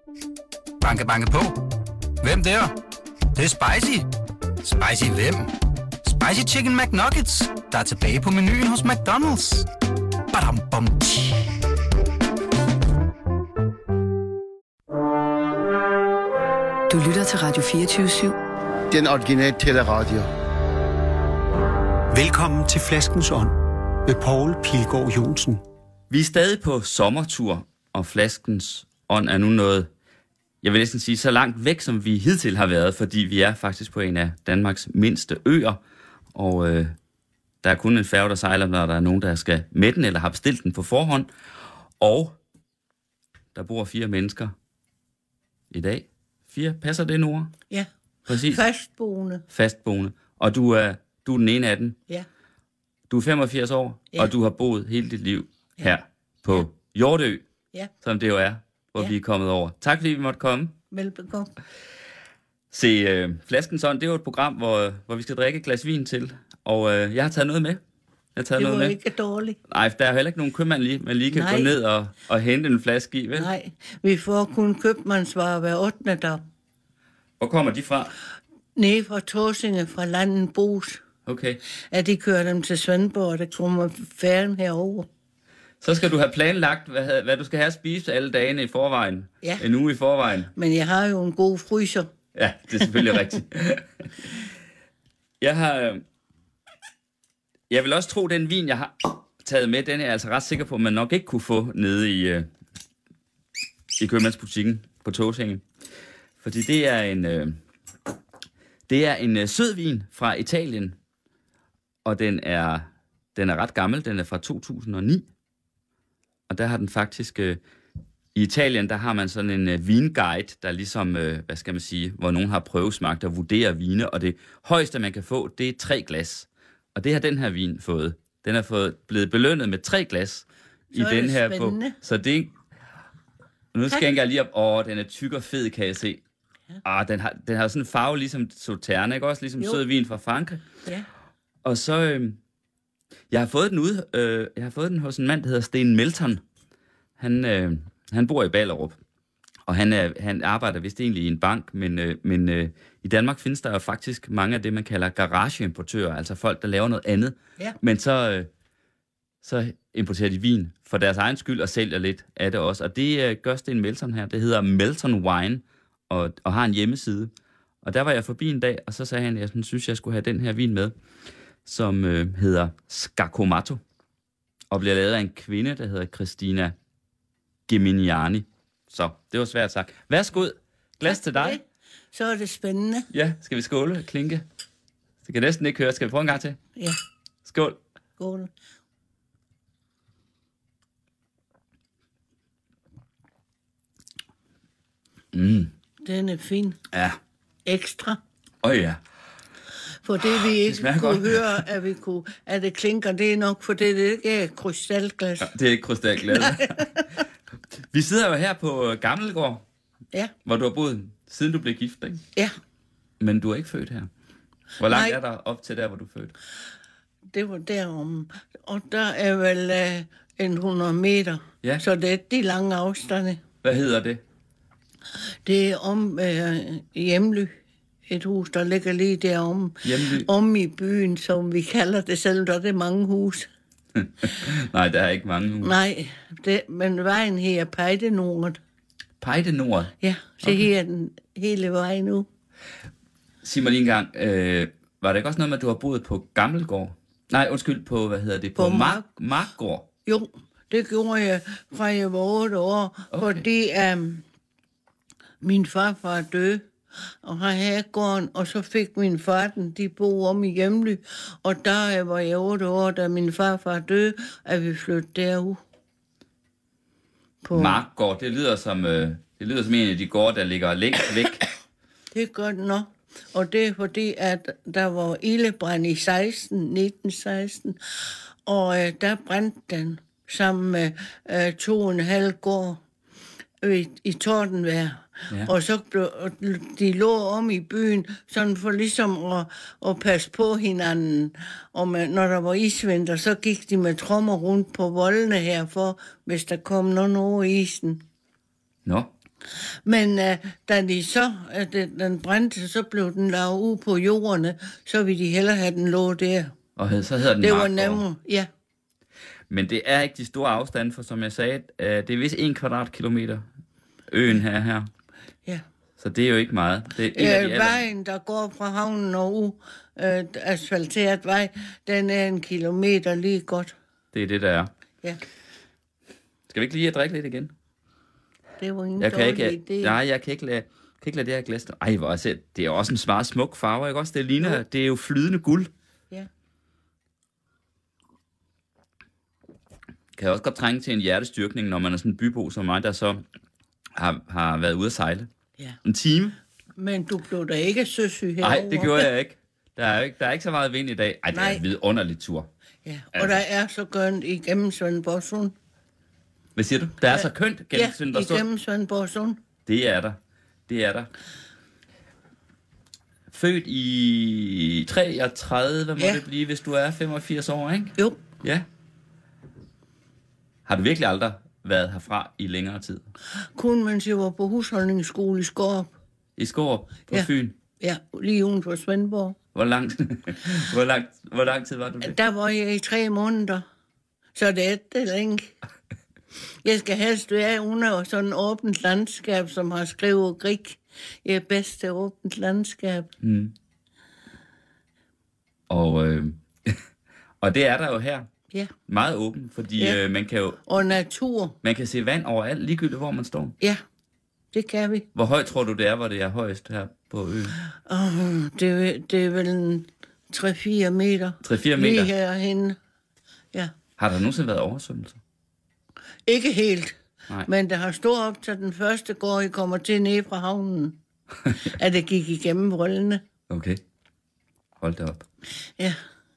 Banke, banke på. Hvem der? Det er spicy. Spicy hvem? Spicy Chicken McNuggets, der er tilbage på menuen hos McDonald's. Badum, bom, Du lytter til Radio 24/7. Den originale teleradio. Velkommen til Flaskens Ånd med Poul Pilgaard Johnsen. Vi er stadig på sommertur, og Flaskens Ånd er nu noget, jeg vil næsten sige, så langt væk, som vi hidtil har været, fordi vi er faktisk på en af Danmarks mindste øer, og der er kun en færge, der sejler, når der er nogen, der skal med den, eller har bestilt den på forhånd, og der bor 4 mennesker i dag. 4, passer det, Nora? Ja, præcis. Fastboende. Og du er den ene af dem. Ja. Du er 85 år, Ja. og du har boet hele dit liv her på Hjortø, som det jo er, hvor vi er kommet over. Tak fordi vi måtte komme. Velbekomme. Se, Flaskens Ånd, det er jo et program, hvor vi skal drikke et glas vin til, og jeg har taget noget med. Det var ikke dårligt. Nej, der er heller ikke nogen købmand, man lige kan gå ned og hente en flaske i, vel? Nej, vi får kun købmandsvarer hver 8. dag. Hvor kommer de fra? Nede fra Tåsinge, fra landet Bos. Okay. At de kører dem til Svendborg, og der kommer færgen herover. Så skal du have planlagt, hvad du skal have at spise alle dagene i forvejen. Ja. En uge i forvejen. Men jeg har jo en god fryser. Ja, det er selvfølgelig rigtigt. Jeg vil også tro, at den vin, jeg har taget med, den er jeg altså ret sikker på, at man nok ikke kunne få nede i købmandsbutikken på Tåsinge. Fordi det er en sød vin fra Italien, og den er ret gammel. Den er fra 2009, og der har den faktisk... I Italien, der har man sådan en vinguide, der ligesom, hvad skal man sige, hvor nogen har prøvesmagt og vurderer vine, og det højeste, man kan få, det er 3 glas. Og det har den her vin fået. Den er blevet belønnet med 3 glas i den her på. Så det... Nu skænker jeg lige op. Den er tyk og fed, kan jeg se. Ja. Den har sådan en farve ligesom Sauterne, ikke også? Ligesom sød vin fra Frankrig. Ja. Og så... jeg har fået den hos en mand, der hedder Sten Melton. Han bor i Ballerup, og han arbejder vist egentlig i en bank, men i Danmark findes der jo faktisk mange af det, man kalder garageimportører, altså folk, der laver noget andet. Ja. Men så importerer de vin for deres egen skyld og sælger lidt af det også. Og det gør Sten Melton her. Det hedder Melton Wine og har en hjemmeside. Og der var jeg forbi en dag, og så sagde han, at jeg synes, jeg skulle have den her vin med, som hedder Scacomato, og bliver lavet af en kvinde, der hedder Christina Geminiani. Så, det var svært sagt. Værsgo, glas til dig. Så er det spændende. Ja, skal vi skåle, klinke? Det kan næsten ikke høre. Skal vi prøve en gang til? Ja. Skål. Skål. Den er fin. Ja. Ekstra. Ja. For det vi ikke kunne godt høre, at det klinker, det er nok, for det ikke er krystalglas. Ja, det er ikke krystalglas. Vi sidder jo her på Gammelgård, hvor du har boet, siden du blev gift, ikke? Ja. Men du er ikke født her. Hvor langt er der op til der, hvor du er født? Det var derom, og der er vel 100 meter, så det er de lange afstande. Hvad hedder det? Det er om Hjemly. Et hus, der ligger lige derom. Om i byen, som vi kalder det, selvom der er mange hus. Nej, der er ikke mange hus. Nej, men vejen her er Pejdenord. Pejdenord? Ja, så her er den hele vejen nu. Sig mig lige en gang, var det ikke også noget med, at du har boet på Gammelgård? Nej, undskyld, på, på Markgård? Jo, det gjorde jeg fra jeg var 8 år, fordi min farfar døde. Og har herregården, og så fik min far den, de boede om i Hjemly, og der var jeg 8 år, da min farfar døde, at vi flyttede derud. Markgård, det lyder som en af de gårde, der ligger længst væk. Det er godt nok, og det er fordi, at der var ildebrand i 1916, og der brændte den sammen med 2,5 gård i Tordenvejr. Ja. Og så blev de lå om i byen, sådan for ligesom at passe på hinanden. Og når der var isvinter, så gik de med trommer rundt på voldene her, for hvis der kom nogen over isen. Nå. Men da de så, den brændte, så blev den lavet ud på jordene, så ville de hellere have den lå der. Og så hedder den Det var Markgård. nemmere, ja. Men det er ikke de store afstande, for som jeg sagde, det er vist 1 kvadratkilometer, øen her. Ja. Så det er jo ikke meget. Det er Vejen, der går fra havnen og ud, asfalteret vej, den er 1 kilometer lige godt. Det er det, der er. Ja, Skal vi ikke lige drikke lidt igen? det var ingen Jeg kan dårlig ikke, idé. nej, jeg kan ikke lade det her glas. Ej, hvor er det er jo også en meget smuk farve, ikke også? Det ligner, det er jo flydende guld. Ja. Kan jeg også godt trænge til en hjertestyrkning, når man er sådan en bybo som mig, der så har været ude at sejle. Ja. En time. Men du blev da ikke søsyg herovre. Nej, det gjorde jeg ikke. Der er ikke så meget vind i dag. Ej, det er en vidunderlig tur. Ja, og der er så kønt igennem Svendborg Sund. Hvad siger du? Der er så kønt gennem Svendborg Sund. igennem Svendborg Sund. Det er der. Det er der. Født i 33, må det blive, hvis du er 85 år, ikke? Jo. Ja. Har du virkelig aldrig været herfra i længere tid? Kun mens jeg var på husholdningsskole i Skårup. I Skårup på Fyn? Ja, lige uden for Svendborg. Hvor lang tid var du det? Der var jeg i 3 måneder. Så det er det længe. Jeg skal helst være under sådan et åbent landskab, som har skrevet Grieg. Jeg er bedst til åbent landskab. Mm. Og det er der jo her. Ja. Meget åben, fordi man kan jo... Og natur. Man kan se vand overalt, ligegyldigt hvor man står. Ja, det kan vi. Hvor højt tror du det er, hvor det er højst her på øen? Det er vel en 3-4 meter. 3-4 meter? Lige herhenne. Ja. Har der nogensinde været oversvømmelse? Ikke helt. Nej. Men der har stået op til den første gård, I kommer til nede fra havnen. At det gik igennem voldene. Okay. Hold da op. Ja.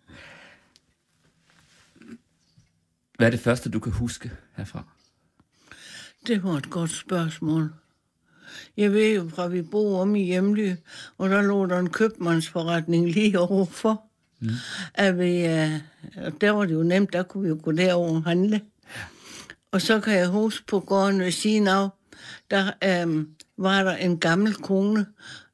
Hvad er det første, du kan huske herfra? Det var et godt spørgsmål. Jeg ved jo fra, vi bor om i Hjemly, og der lå der en købmandsforretning lige overfor. Mm. Der var det jo nemt, der kunne vi jo gå derover og handle. Og så kan jeg huske på gården ved siden af, der var der en gammel kone,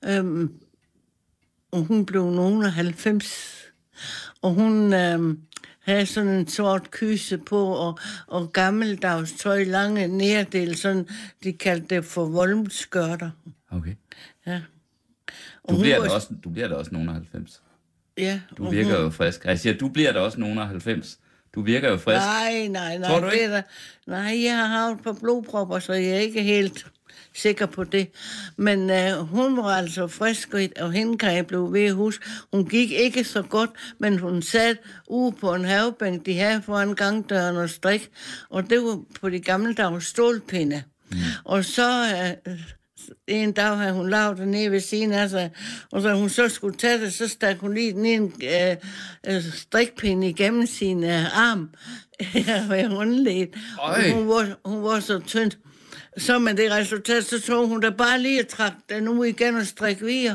og hun blev nogen af 90. Og hun havde sådan en sort kyse på, og gammeldags tøj, lange nærdel, sådan, de kaldte det for volmskørter. Okay. Ja. Du bliver da også nogen af 90. Ja. Du virker jo frisk. Jeg siger, du bliver da også nogen af 90. Du virker jo frisk. Nej. Tror du ikke? Nej, jeg har haft et par blodpropper, så jeg er ikke helt sikker på det. Men hun var altså frisk, og hende kan jeg blive ved at huske. Hun gik ikke så godt, men hun sad ude på en havebænk, de havde foran gangdøren og strik, og det var på de gammeldags stålpinde. Mm. Og så en dag havde hun lavet det nede ved siden af sig, og så hun så skulle tage det, så stak hun lige den en strikpinde igennem sin arm ved håndledet. Hun var så tynd. Så med det resultat, så tog hun da bare lige at trække den ud igen og strikke videre.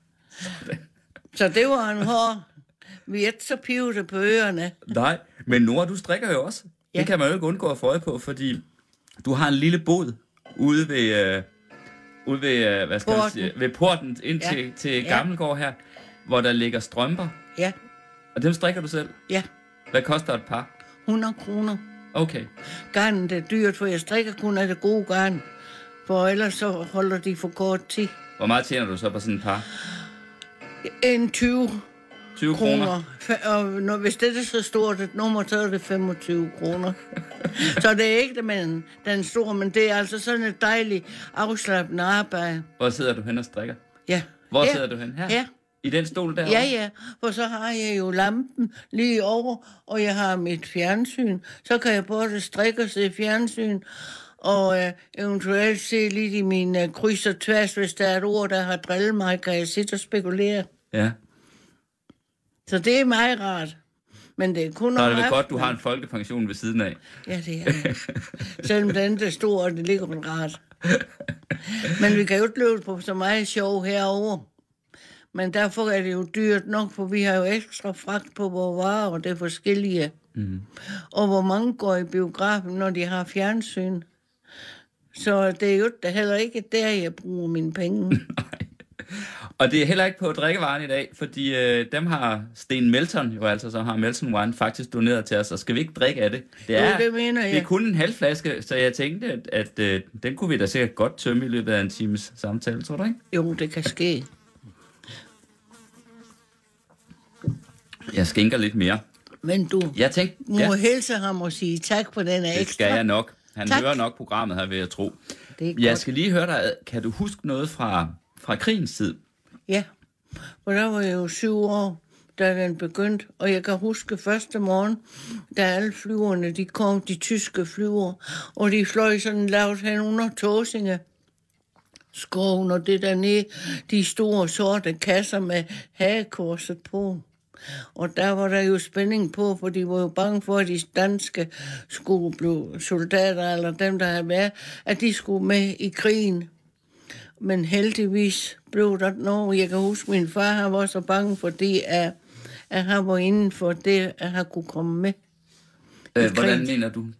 Så det var en hård. Vi er ikke så pivete på ørerne. Nej, men Nora, du strikker jo også. Ja. Det kan man jo ikke undgå at få øje på, fordi du har en lille bod ude ved hvad skal man sige, ved porten ind til Gammelgård her, hvor der ligger strømper. Ja. Og dem strikker du selv? Ja. Hvad koster et par? 100 kroner. Okay. Garnen er dyrt, for jeg strikker kun af det gode garn. For ellers så holder de for kort tid. Hvor meget tjener du så på sådan et par? En 20 kroner. Og hvis det er så stort et nummer, så er det 25 kroner. Så det er ikke den store, men det er altså sådan et dejligt afslappende arbejde. Hvor sidder du hen og strikker? Ja. Hvor sidder du hen? Her? Ja. I den stol derovre? Ja, for så har jeg jo lampen lige over, og jeg har mit fjernsyn. Så kan jeg både strikke og se fjernsyn, og eventuelt se lidt i mine kryds og tværs, hvis der er et ord, der har drillet mig, kan jeg sidde og spekulere. Ja. Så det er meget rart. Men det er kun så er det godt, du har en folkepension ved siden af. Ja, det er det. Selvom den er stor, og det ligger rart. Men vi kan jo ikke løbe på så meget sjov herovre. Men derfor er det jo dyrt nok, for vi har jo ekstra fragt på vores varer, og det er forskellige. Mm. Og hvor mange går i biografen, når de har fjernsyn? Så det er jo da heller ikke der, jeg bruger mine penge. Og det er heller ikke på drikkevaren i dag, fordi dem har Sten Melton, jo altså, som har Melton Wine, faktisk doneret til os, og skal vi ikke drikke af det? Det mener jeg. Det er kun en halv flaske, så jeg tænkte, at den kunne vi da sikkert godt tømme i løbet af en times samtale, tror du ikke? Jo, det kan ske. Jeg skænker lidt mere. Men du må hilse ham og sige tak for den ekstra. Det skal jeg nok. Han tak. hører nok programmet her, vil jeg tro. Det er jeg godt. skal lige høre dig, kan du huske noget fra krigens tid? Ja, for der var jeg jo 7 år, da den begyndte, og jeg kan huske første morgen, da alle flyverne, de kom, de tyske flyver, og de fløj sådan lavt hen under Tåsinge skoven, og det dernede, de store sorte kasser med hagekorset på. Og der var der jo spænding på, for de var jo bange for, at de danske skulle blive soldater, eller dem, der havde været, at de skulle med i krigen. Men heldigvis blev der noget. Jeg kan huske, min far han var så bange, fordi at han var inden for det, at han kunne komme med. Hvordan mener du?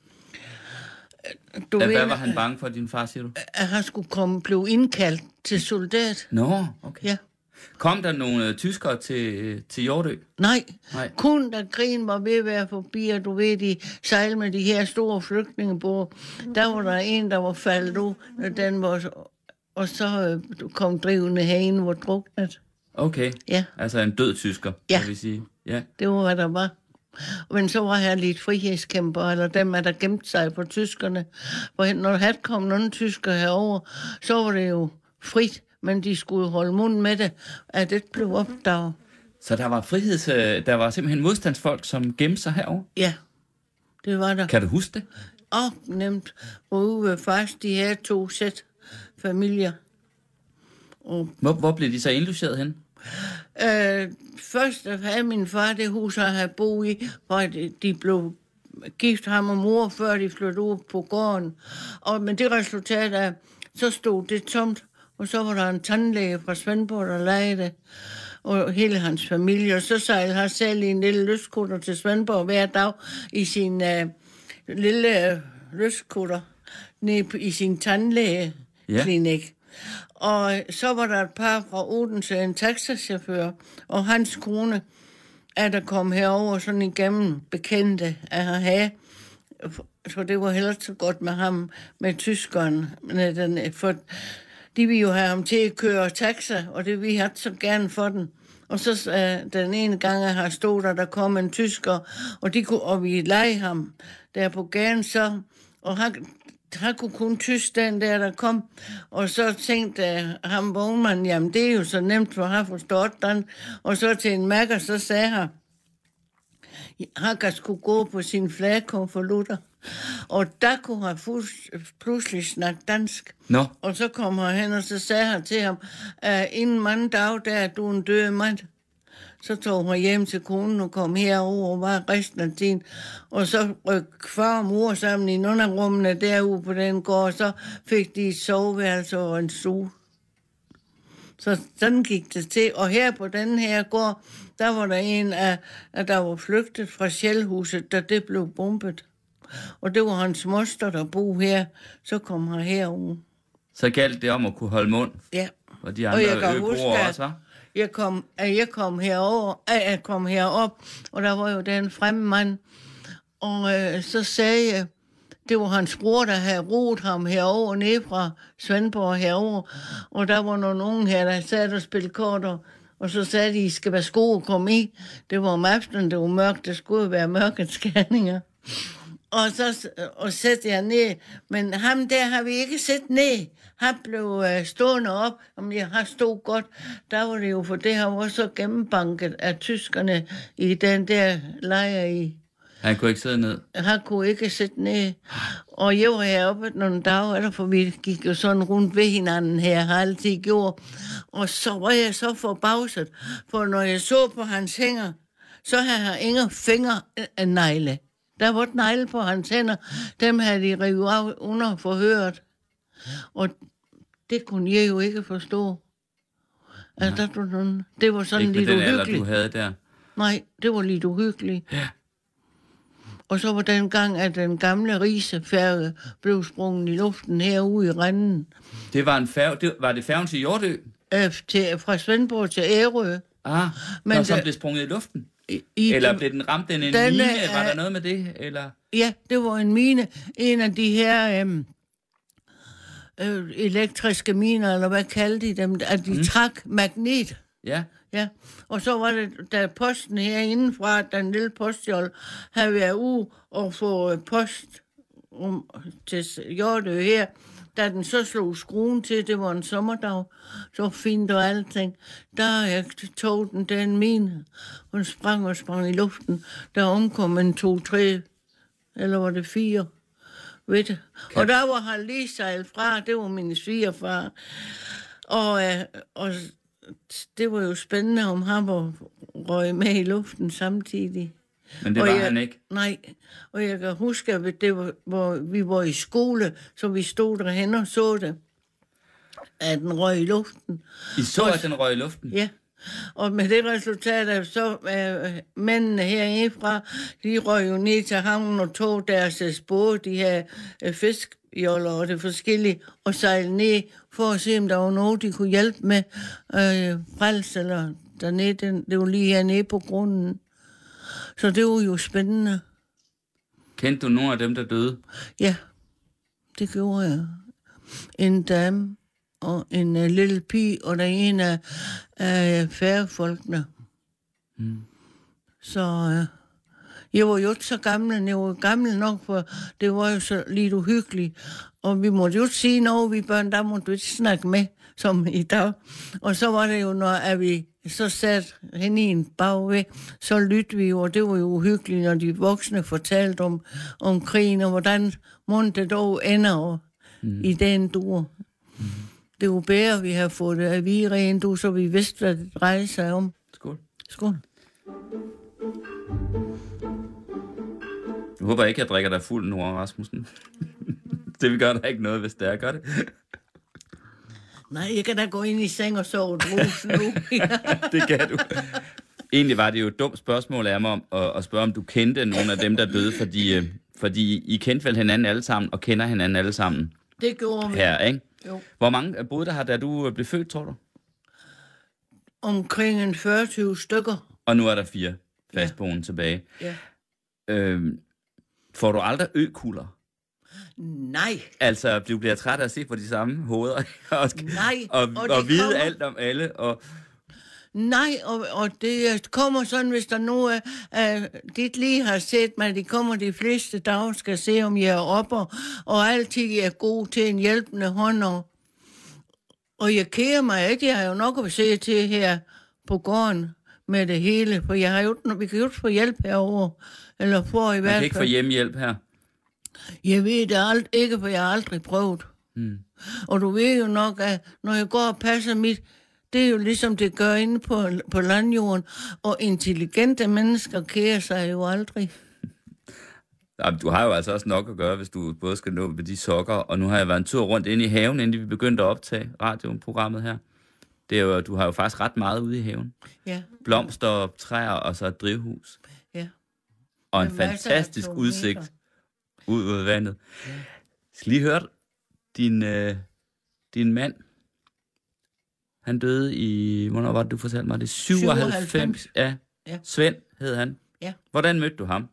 Hvad var han bange for, din far, siger du? At han skulle blive indkaldt til soldat. Nå, okay. Ja. Kom der nogle tyskere til Hjortø? Nej, kun da krigen var ved at være forbi, og du ved, de sejlede med de her store flygtningebåde. Der var der en, der var faldet ud, den var, og så kom drivende herinde, hvor druknet. Okay, ja. Altså en død tysker, ja. Vil vi sige. Ja, det var, hvad der var. Men så var her lidt frihedskæmper, eller dem, der gemte sig på tyskerne. For når der kom nogle tyskere herover, så var det jo frit. Men de skulle holde munden med det, at det blev opdaget. Så der var der var simpelthen modstandsfolk, som gemte sig herovre? Ja, det var der. Kan du huske det? Nemt. Ude ved faktisk de her 2 sæt familier. Og hvor blev de så indlogeret hen? Først havde min far det hus, han havde boet i, hvor de blev gift ham og mor, før de flyttede ud på gården. Men det resultat af, så stod det tomt. Og så var der en tandlæge fra Svendborg, der lejede det, og hele hans familie. Og så sejlede han selv i en lille lystkutter til Svendborg hver dag i sin lille lystkutter nede i sin tandlægeklinik. Ja. Og så var der et par fra Odense, en taxachauffør, og hans kone, der kom herover sådan igennem bekendte af at have. Så det var heller så godt med ham, med tyskeren, for de ville jo have ham til at køre taxa, og det ville han så gerne for den. Og så den ene gang, jeg har stået der kom en tysker, og vi lege ham der på gaden så, og han kunne kun tysk den der kom. Og så tænkte ham vognmanden, jamen det er jo så nemt, for han forstået den. Og så til en mærker, så sagde han kan skulle gå på sin fladkonvolutter. Og der kunne han pludselig snakke dansk. No. Og så kom han hen, og så sagde han til ham, inden mange dage, der er du en død mand. Så tog han hjem til konen og kom herover og var resten af tiden. Og så rykkede far og mor sammen i nogle af rummene derude på den gård, og så fik de et soveværelse og en stue. Så sådan gik det til. Og her på den her gård, der var der en, der var flygtet fra Sjælhuset, da det blev bombet. Og det var hans moster, der boede her. Så kom han herover. Så galt det om at kunne holde mund? Ja. Og de andre øboere også, hva'? Jeg kom herop, og der var jo den fremme mand. Og så sagde jeg, det var hans bror, der havde roet ham herover, ned fra Svendborg herover. Og der var nogle unge her, der sad og spillede kort, og så sagde de, I skal være sko og komme i. Det var om aftenen, det var mørkt, det skulle være mørkets skærninger. Og sætte jeg ned. Men ham der har vi ikke set ned. Han blev stående op, om jeg har stået godt. Der var det jo, for det her var så gennembanket af tyskerne i den der lejr i. Han kunne ikke sidde ned? Han kunne ikke sidde ned. Og jeg var heroppe nogle dage, for vi gik jo sådan rundt ved hinanden her, har altid gjort. Og så var jeg så forbavset, for når jeg så på hans hænder, så havde han ingen fingernegle. Der var et negle på hans hænder. Dem havde de revet af under forhøret. Og det kunne jeg jo ikke forstå. Altså, det var sådan ikke lidt uhyggeligt. Ikke du havde der? Nej, det var lidt uhyggeligt. Ja. Og så var den gang, at den gamle risefærge blev sprunget i luften herude i Renden. Det var en færge. Var det færgen til Hjortø? Fra Svendborg til Ærø. Men som blev sprunget i luften? Eller blev den ramt en mine? Var der noget med det? Eller? Ja, det var en mine. En af de her elektriske miner, eller hvad kaldte de dem, at de trak magnet. Ja. Ja, og så var det, da posten herindefra, den lille postjold, havde været ude og få post til Hjortø her, da den så slog skruen til, det var en sommerdag, så fint og alting, der tog den mine, hun sprang i luften, der omkom en 2-3, eller var det 4, ved det. Okay. Og der var han lige sejlet fra, det var min svigerfar, og det var jo spændende, om han var røg med i luften samtidig. Men det var han ikke? Nej, og jeg kan huske, at det var, hvor vi var i skole, så vi stod derhen og så det, at den røg i luften. I så, at den røg i luften? Ja, og med det resultat, at så mændene herindefra, de røg jo ned til havnen og tog deres både, de her fiskjoller og det forskellige, og sejlede ned for at se, om der var noget, de kunne hjælpe med frels, eller dernede, det var lige hernede på grunden. Så det var jo spændende. Kendte du nogle af dem, der døde? Ja, det gjorde jeg. En dame og en lille pige, og der er en af færgefolkene. Så jeg var jo ikke så gammel, jeg var gammel nok, for det var jo så lidt uhyggeligt. Og vi måtte jo ikke sige noget, vi børn, der måtte vi ikke snakke med, som i dag. Og så var det jo, når vi så sat hen i en bagved, så lyttede vi jo, og det var jo uhyggeligt, når de voksne fortalte om krigen, og hvordan måtte det dog ender i den dur. Det var bedre, vi har fået det at vide rent du, så vi vidste, hvad det drejede sig om. Skål. Skål. Jeg håber ikke, jeg drikker dig fuld, Nora Rasmussen. Det vil gøre der ikke noget, hvis det er. Gør det? Nej, jeg kan da gå ind i seng og sove et rus nu. Det kan du. Egentlig var det jo et dumt spørgsmål af mig at spørge, om du kendte nogle af dem, der døde, fordi I kendte vel hinanden alle sammen, og kender hinanden alle sammen. Det gjorde vi. Her, ikke? Jo. Hvor mange boede der her, da du blev født, tror du? Omkring en 40 stykker. Og nu er der 4 fastboende tilbage. Ja. Får du aldrig økugler? Nej. Altså, du bliver træt af at se på de samme hoveder. Nej. Og vide alt om alle. Nej, og det kommer sådan, hvis der nu dit lige har set mig, de kommer de fleste dage, skal se, om jeg er oppe, og altid er god til en hjælpende hånd. Og jeg kærer mig ikke, jeg har jo nok at se til her på gården med det hele, for jeg har jo, vi kan jo ikke få hjælp herovre, eller få i hvert fald. Man kan ikke få hjemmehjælp her? Jeg ved det ikke, for jeg har aldrig prøvet. Og du ved jo nok, at når jeg går og passer mit, det er jo ligesom det gør inde på landjorden, og intelligente mennesker kærer sig jo aldrig. Jamen, du har jo altså også nok at gøre, hvis du både skal nå med de sokker, og nu har jeg været en tur rundt inde i haven, inden vi begyndte at optage radioprogrammet her. Det er jo, du har jo faktisk ret meget ude i haven. Ja. Blomster, træer og så et drivhus. Ja. Og en fantastisk udsigt ud af vandet. Ja. Jeg skal lige høre din mand. Han døde i, hvornår var det, du fortalte mig? Det er 97. Ja. Svend hed han. Ja. Hvordan mødte du ham?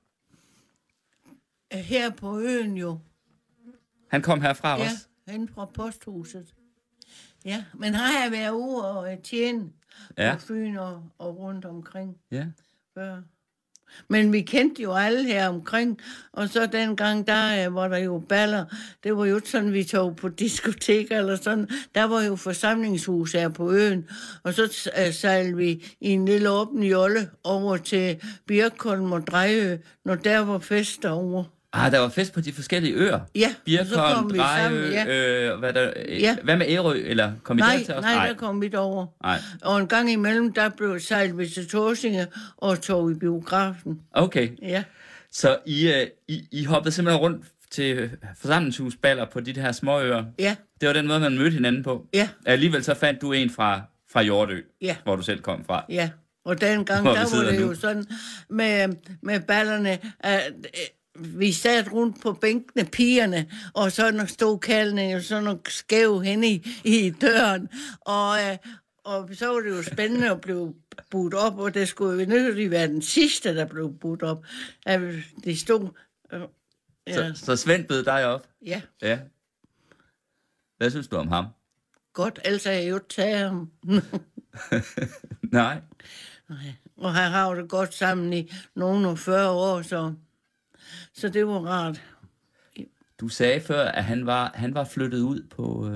Her på øen jo. Han kom herfra også? Ja, hen fra posthuset. Ja, men har jeg været ude og tjene på Fyn og rundt omkring. Ja. Før. Men vi kendte jo alle her omkring, og så dengang, der var der jo baller. Det var jo ikke sådan, vi tog på diskoteker eller sådan. Der var jo forsamlingshus her på øen, og så sejlede vi i en lille åben jolle over til Birkholm og Drejø, når der var fest derovre. Der var fest på de forskellige øer? Ja. Birkholm, Drejø, hvad med Ærø, eller kom I der til os? Nej, der kom vi derover. Nej. Og en gang imellem, der blev sejlet vi til Torsinge og tog i biografen. Okay. Ja. Så I hoppede simpelthen rundt til forsamlingshusballer på de her små øer? Ja. Det var den måde, man mødte hinanden på? Ja. Alligevel så fandt du en fra Hjortø, hvor du selv kom fra? Ja, og dengang, der var det jo sådan med ballerne, vi sad rundt på bænkene, pigerne, og så stod kaldene, og så skæv hen i døren, og så var det jo spændende at blive budt op, og det skulle jo nødvendigvis være den sidste, der blev budt op. Det stod... Ja. Så Svend bød dig op? Ja. Ja. Hvad synes du om ham? Godt, ellers har jeg jo taget ham. Nej. Og han har jo det godt sammen i nogle 40 år, så det var rart. Du sagde før, at han var flyttet ud på...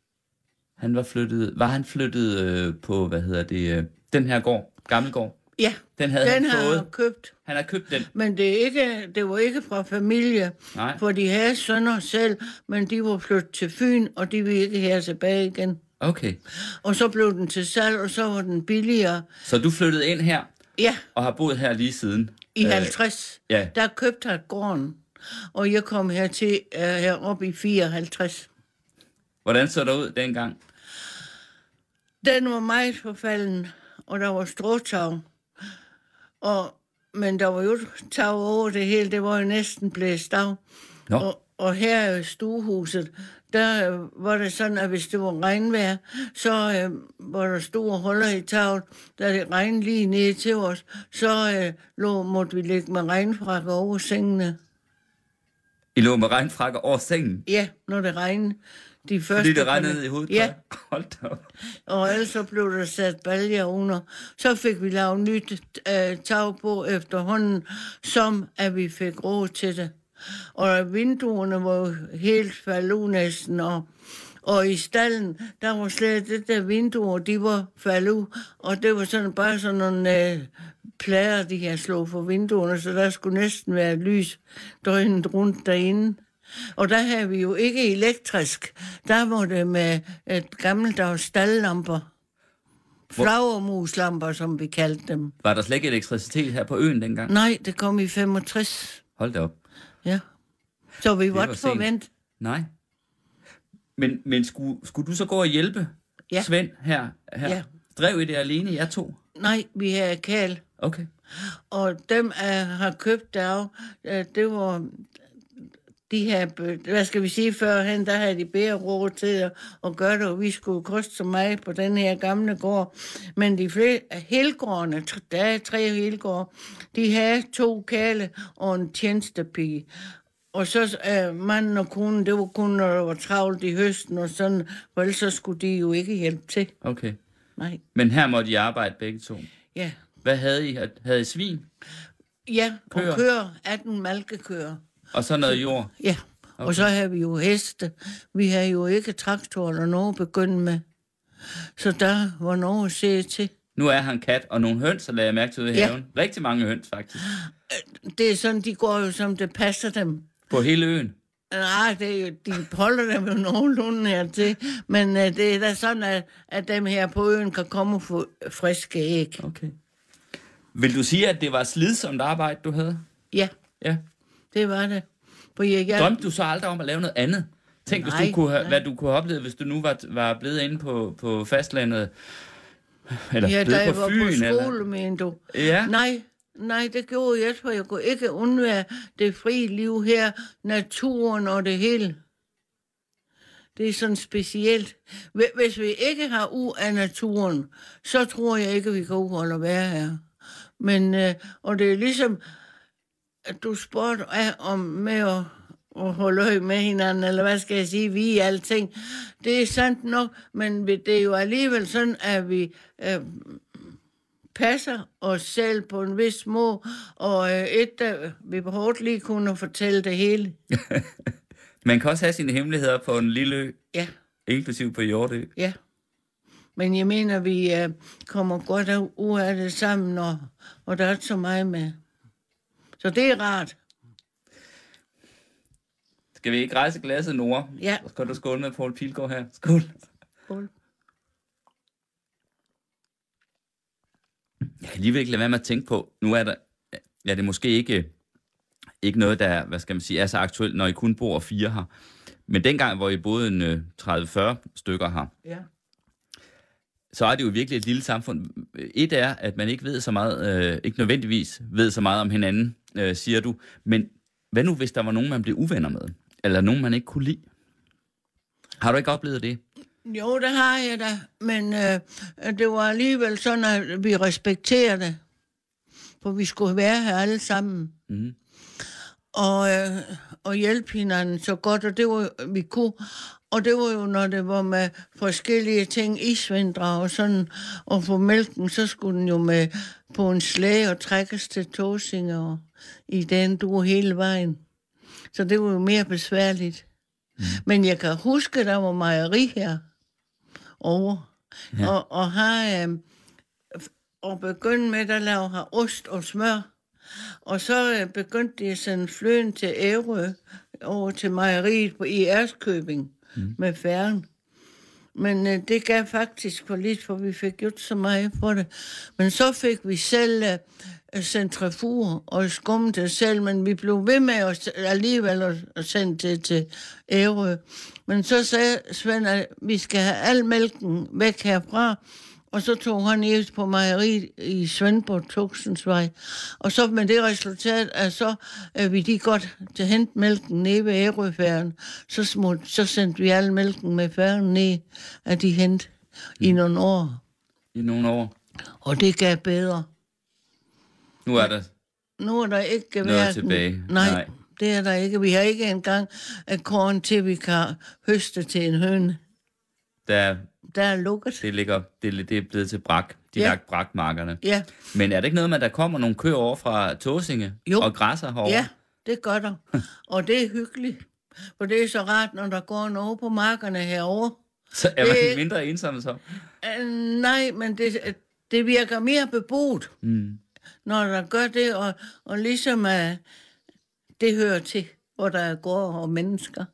Var han flyttet på, den her gård, Gammelgård? Ja, den havde han fået. Han købt. Han har købt den. Men det var ikke fra familie, Nej. For de havde sønner selv, men de var flyttet til Fyn, og de ville ikke her tilbage igen. Okay. Og så blev den til salg, og så var den billigere. Så du flyttede ind her? Ja. Og har boet her lige siden? I 50. Ja. Der købte jeg gården, og jeg kom heroppe i 54. Hvordan så det ud dengang? Den var meget forfalden, og der var stråtag. Men der var jo tag over det hele, det var jo næsten blæst af. Og her i stuehuset, der var det sådan, at hvis det var regnvejr, så var der store huller i taget. Da det regnede lige ned til os, så måtte vi ligge med regnfrakker over sengene. I lå med regnfrakker over sengen? Ja, når det regnede. Fordi det regnede i hovedet? Ja. Hold da op. Og ellers så blev der sat baljer under. Så fik vi lavet nyt tag på efterhånden, som at vi fik råd til det. Og vinduerne var jo helt faldet ud næsten, og i stallen, der var slet det der vinduer, de var faldet ud, og det var sådan bare sådan nogle plader, de her slog for vinduerne, så der skulle næsten være lys døgnet rundt derinde. Og der havde vi jo ikke elektrisk. Der var det med et gammeldags staldlamper. Flagermuslamper, som vi kaldte dem. Var der slet ikke elektricitet her på øen dengang? Nej, det kom i 65. Hold da op. Ja. Så vi var ikke forventet. Nej. Men skulle du så gå og hjælpe Svend her? Ja. Drev I det alene, jer to? Nej, vi havde kæl. Okay. Og dem, har købt der, det var... De her, hvad skal vi sige, førhen, der havde de bedre råd til at gøre det, og vi skulle koste så meget på den her gamle gård. Men de flere helgårdene, der er 3 helgårde, de havde 2 kæle og en tjenestepige. Og så manden og konen, det var kun, når der var travlt i høsten og sådan, for ellers så skulle de jo ikke hjælpe til. Okay. Nej. Men her måtte I arbejde begge to? Ja. Hvad havde I? Havde I svin? Ja, køer. Og køer, 18 malkekøer. Og så noget jord? Ja, okay. Og så havde vi jo heste. Vi havde jo ikke traktor eller noget at begynde med. Så der var noget at se til. Nu er han kat og nogle høns, så lader jeg mærke til ude i haven. Rigtig mange høns, faktisk. Det er sådan, de går jo som det passer dem. På hele øen? Nej, det er jo, de holder dem jo nogenlunde hertil. Men det er da sådan, at dem her på øen kan komme og få friske æg. Okay. Vil du sige, at det var slidsomt arbejde, du havde? Ja. Ja. Det var det. Drømte du så aldrig om at lave noget andet? Tænk, hvis du kunne hvad du kunne opleve, hvis du nu var blevet inde på fastlandet, eller blevet på Fyn. Ja, da jeg var på skole, mener du. Ja. Nej, det gjorde jeg, for jeg kunne ikke undvære det frie liv her, naturen og det hele. Det er sådan specielt. Hvis vi ikke har af naturen, så tror jeg ikke, vi kan udholde at være her. Men, og det er ligesom... at du spurgte om med at holde øje med hinanden, eller hvad skal jeg sige, vi i alting. Det er sandt nok, men det er jo alligevel sådan, at vi passer os selv på en vis måde, og vi på hårdt lige kunne fortælle det hele. Man kan også have sine hemmeligheder på en lille ø. Ja. Inklusiv på Hjortø. Ja. Men jeg mener, vi kommer godt ud af det sammen, og der er ikke så meget med. Så det er rart. Skal vi ikke rejse glasset, Nora? Ja. Så skal du skåle med Poul Pilgaard her. Skål. Skål. Jeg kan alligevel ikke lade være med at tænke på, nu er det måske ikke noget, der, hvad skal man sige, er så aktuelt, når I kun bor 4 her. Men dengang, hvor I boede en 30-40 stykker her, ja. Så er det jo virkelig et lille samfund. Et er, at man ikke ved så meget, ikke nødvendigvis ved så meget om hinanden, siger du. Men Hvad nu, hvis der var nogen, man blev uvenner med? Eller nogen, man ikke kunne lide? Har du ikke oplevet det? Jo, det har jeg da, men det var alligevel sådan, at vi respekterede det. For vi skulle være her alle sammen. Mm. Og hjælpe hinanden så godt, og det var vi kunne. Og det var jo, når det var med forskellige ting, isvintre og sådan, og for mælken, så skulle den jo med på en slæge og trækkes til Tåsinge, og i den du hele vejen. Så det var jo mere besværligt. Mm. Men jeg kan huske, der var mejeri her over, ja. og har og begyndt med at lave her ost og smør. Og så begyndte de at sende fløen til Ærø over til mejeriet i Ærskøbing med færgen. Men det gav faktisk for lidt, for vi fik gjort så meget for det. Men så fik vi selv centrifuger og skummet det selv, men vi blev ved med alligevel at sende det til Ærø. Men så sagde Svend, at vi skal have al mælken væk herfra, og så tog han ned på mejeriet i Svendborg Tuxensvej. Og så med det resultat, at så vi de godt til at hente mælken nede ved Ærøfærgen, så sendte vi al mælken med færgen ned, at de hente i nogle år. I nogle år. Og det gav bedre. Nu er der ikke noget tilbage. Nej, det er der ikke. Vi har ikke engang korn til, vi kan høste til en høne. Der er lukket. Det er blevet til brak. De har lagt brakmarkerne. Ja. Men er det ikke noget med, at der kommer nogle køer over fra Tåsinge og græsser herovre? Ja, det gør der. Og det er hyggeligt. For det er så rart, når der går noget på markerne herovre. Så er man mindre ensom så? Nej, men det virker mere beboet, når der gør det. Og ligesom det hører til, hvor der går og mennesker.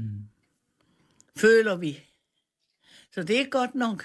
Føler vi. Så det er godt nok.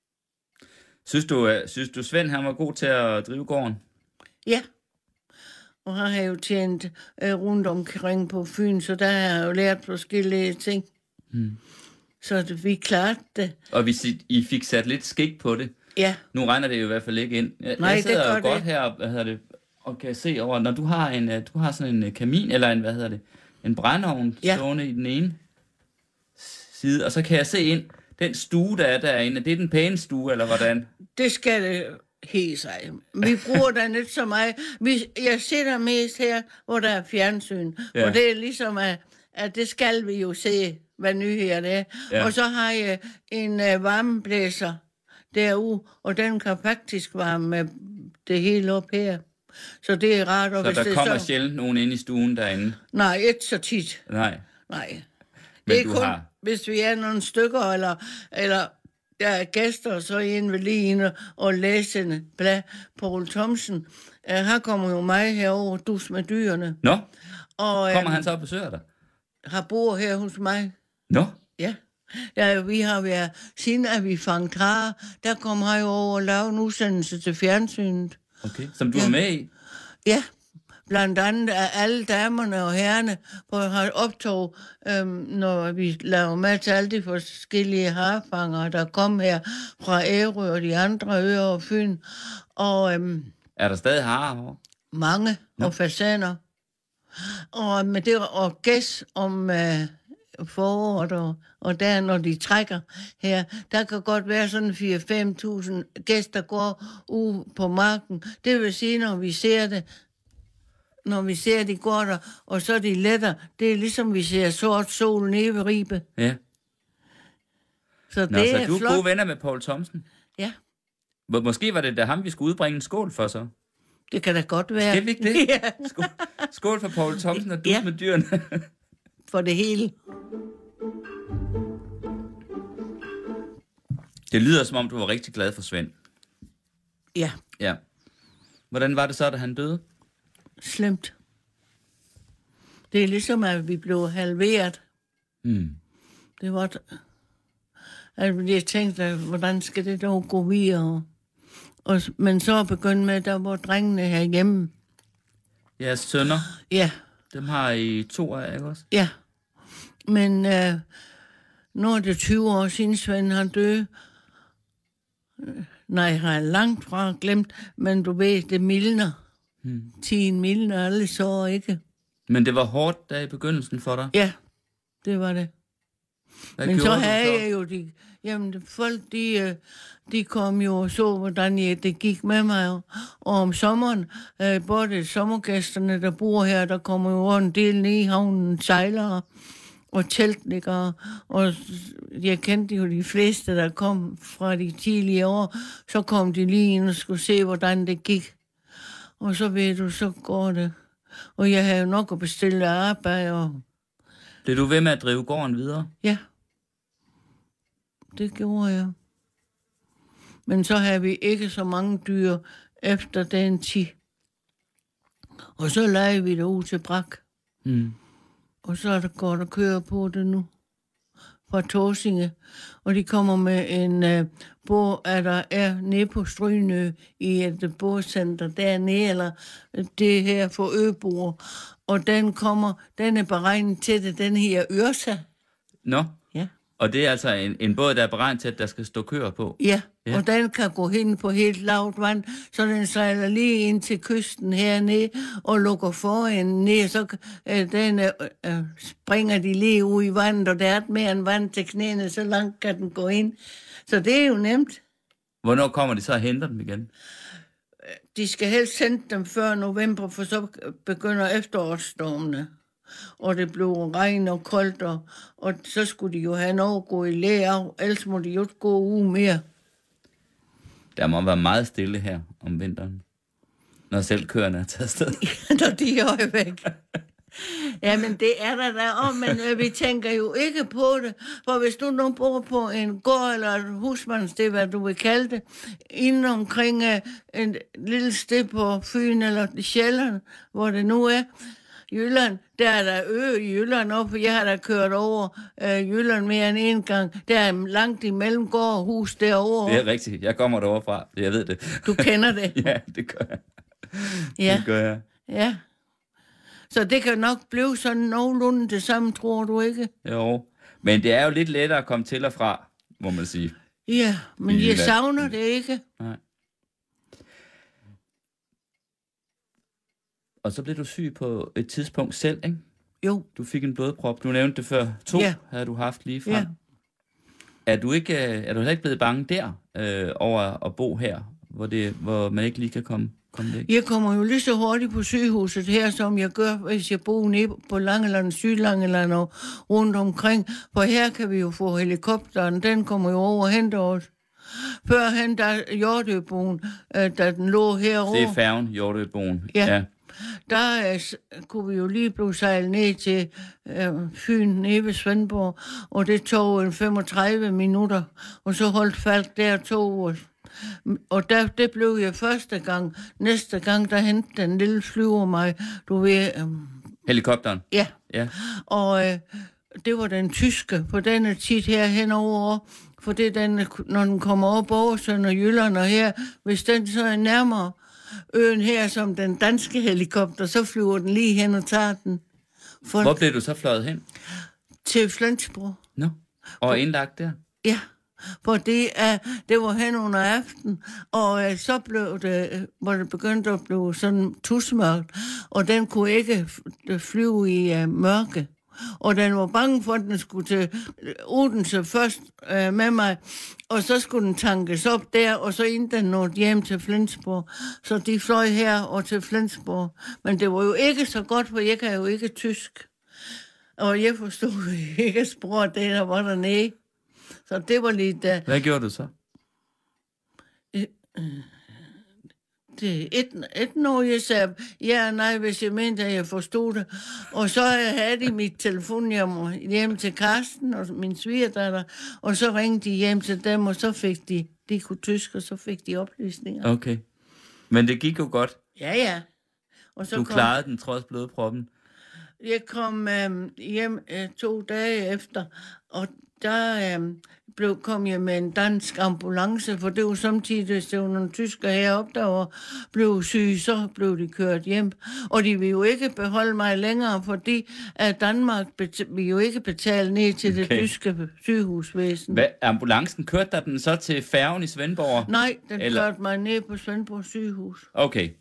Synes du Svend, han var god til at drive gården? Ja. Og han har jo tjent rundt omkring på Fyn, så der har jeg jo lært forskellige ting. Så vi klarede det. Og I fik sat lidt skik på det? Ja. Nu regner det jo i hvert fald ikke ind. Jeg sidder jo godt her og kan se over, når du har sådan en kamin, eller en brændeovn stående i den ene side, og så kan jeg se ind. Den stue, der er derinde, det er den pæne stue, eller hvordan? Det skal det helt sig. Vi bruger den ikke så meget. Jeg sidder mest her, hvor der er fjernsyn. Ja. Og det er ligesom, at det skal vi jo se, hvad nyheder det er. Ja. Og så har jeg en varmeblæser derude, og den kan faktisk varme det hele op her. Så det er rart. Så der kommer sjældent nogen ind i stuen derinde? Nej, ikke så tit. Nej. Det er kun, hvis vi er nogle stykker, eller der er gæster, så er en ved lige inde og læse blad. Poul Thomsen, han kommer jo mig herover, dus med dyrene. Nå, og, kommer han så og besøger dig? Har bor her hos mig. Nå? Ja, vi har været, siden at vi fangede harer, der kom han jo over og lavede en udsendelse til fjernsynet. Okay, som du er med i? Ja. Blandt andet af alle damerne og herrerne, hvor jeg har optog, når vi laver med til alle de forskellige harfangere, der kom her fra Ærø og de andre øer og Fyn. Og, er der stadig harer herovre? Mange, og fasaner. Og med det og gæs om foråret, og der, når de trækker her, der kan godt være sådan 4-5.000 gæster, der går ud på marken. Det vil sige, når vi ser, de går der, og så de letter, det er ligesom, vi ser sort sol nede ved Ribe. Ja. Så det er du er flot. gode venner med Poul Thomsen? Ja. Måske var det da ham, vi skulle udbringe en skål for så? Det kan da godt være. Skal vi ikke det? Ja. Skål for Poul Thomsen og dus med dyrene. For det hele. Det lyder, som om du var rigtig glad for Svend. Ja. Ja. Hvordan var det så, da han døde? Slemt. Det er ligesom, at vi blev halveret. Det var... jeg tænkte, hvordan skal det dog gå videre? Men så begyndte med, at der var drengene herhjemme. Jeres sønner? Ja. Dem har I 2 af, ikke også? Ja. Men nu er det 20 år siden Svend han døde. Nej, har jeg langt fra glemt, men du ved, det mildner. Tiden mildner alle så ikke. Men det var hårdt der i begyndelsen for dig? Ja, det var det. Hvad Men så gjorde du havde jeg jo folk, de kom jo og så, hvordan det gik med mig. Og om sommeren, både sommergæsterne, der bor her, der kommer jo en del ned i havnen, sejlere og teltnikkere. Og jeg kendte jo de fleste, der kom fra de tidlige år. Så kom de lige ind og skulle se, hvordan det gik. Og så ved du, så går det. Og jeg havde jo nok at bestille arbejde. Og blev du ved med at drive gården videre? ja, det gjorde jeg. Men så havde vi ikke så mange dyr efter den tid. Og så lejede vi det ud til Brak. Mm. Og så er der godt at køre på det nu. Fra Tåsinge. Og de kommer med en båd, der er nede på Strynø i et bådcenter dernede, eller det her for øboer. Og den er beregnet til det, den her Ørsa. Nå? Ja. Og det er altså en båd, der er beregnet til, at der skal stå køer på? Ja, og den kan gå hen på helt lavt vand, så den sejler lige ind til kysten hernede og lukker foran ned, så springer de lige ud i vandet, og der er mere end vand til knæene, så langt kan den gå ind. Så det er jo nemt. Hvornår kommer de så og henter dem igen? De skal helst sende dem før november, for så begynder efterårsstormene. Og det blev regn og koldt, og så skulle de jo have noget at gå i læ af, ellers må de jo ikke gå uge mere. Der må være meget stille her om vinteren, når selv køerne er taget afsted. Når de er væk. Jamen, det er der om, men vi tænker jo ikke på det. For hvis du nu bor på en gård eller et husmandsted, hvad du vil kalde det, inden omkring en lille sted på Fyn eller Sjælland, hvor det nu er, Jylland, der er der i Jylland op, jeg har da kørt over Jylland mere end en gang. Der er langt imellem gård og hus derovre. Det er rigtigt. Jeg kommer derovre fra. Jeg ved det. Du kender det? Ja, det gør jeg. Ja. Det gør jeg. Ja. Så det kan nok blive sådan nogenlunde det samme, tror du ikke? Jo, men det er jo lidt lettere at komme til og fra, må man sige. Ja, men jeg savner det ikke. Nej. Og så blev du syg på et tidspunkt selv, ikke? Jo. Du fik en blodprop. Du nævnte det før. 2 havde du haft lige frem. Ja. Er du heller ikke blevet bange der over at bo her, hvor man ikke lige kan komme væk? Jeg kommer jo lige så hurtigt på sygehuset her, som jeg gør, hvis jeg bor nede på Langeland, Sydlangeland og rundt omkring. For her kan vi jo få helikopteren. Den kommer jo over og henter os. Førhen, der Hjortøboen, da den lå herovre. Det er færgen, Hjortøboen. Ja. Der kunne vi jo lige blive sejlet ned til Fyn, nede ved Svendborg, og det tog 35 minutter, og så holdt Falk der 2 år. Og det blev jeg første gang. Næste gang, der hentede den lille flyver mig, du ved... Helikopteren? Ja. Og det var den tyske på denne tid her henover, for det den, når den kommer op over Sønder og Jylland og her, hvis den så er nærmere øen her som den danske helikopter, så flyver den lige hen og tager den. Hvor blev du så fløjet hen? Til Flensborg. Nå, og indlagt der? Ja, for det var hen under aften, og så blev det, hvor det begyndte at blive sådan tusmørkt, og den kunne ikke flyve i mørke. Og den var bange for, at den skulle til Odense først med mig, og så skulle den tankes op der, og så inden den nåede hjem til Flensborg. Så de fløj her og til Flensborg. Men det var jo ikke så godt, for jeg kan jo ikke tysk. Og jeg forstod ikke sprog, det der var dernede. Så det var lidt... Hvad gjorde du så? Det et år, jeg sagde ja og nej, hvis jeg mente, at jeg forstod det. Og så havde de mit telefonnummer hjem til Karsten og min svigerdatter, og så ringte de hjem til dem, og så fik de kunne tysk, og så fik de oplysninger. Okay. Men det gik jo godt. Ja. Og så du klarede den trods blodproppen. Jeg kom hjem 2 dage efter, og der kom jeg med en dansk ambulance, for det var samtidig, hvis det var nogle tyskere heroppe, der var blevet syge, så blev de kørt hjem. Og de vil jo ikke beholde mig længere, fordi at Danmark vil jo ikke betale ned til det tyske sygehusvæsen. Hvad, ambulancen kørte der den så til færgen i Svendborg? Nej, den kørte mig ned på Svendborg sygehus. Okay. Ja.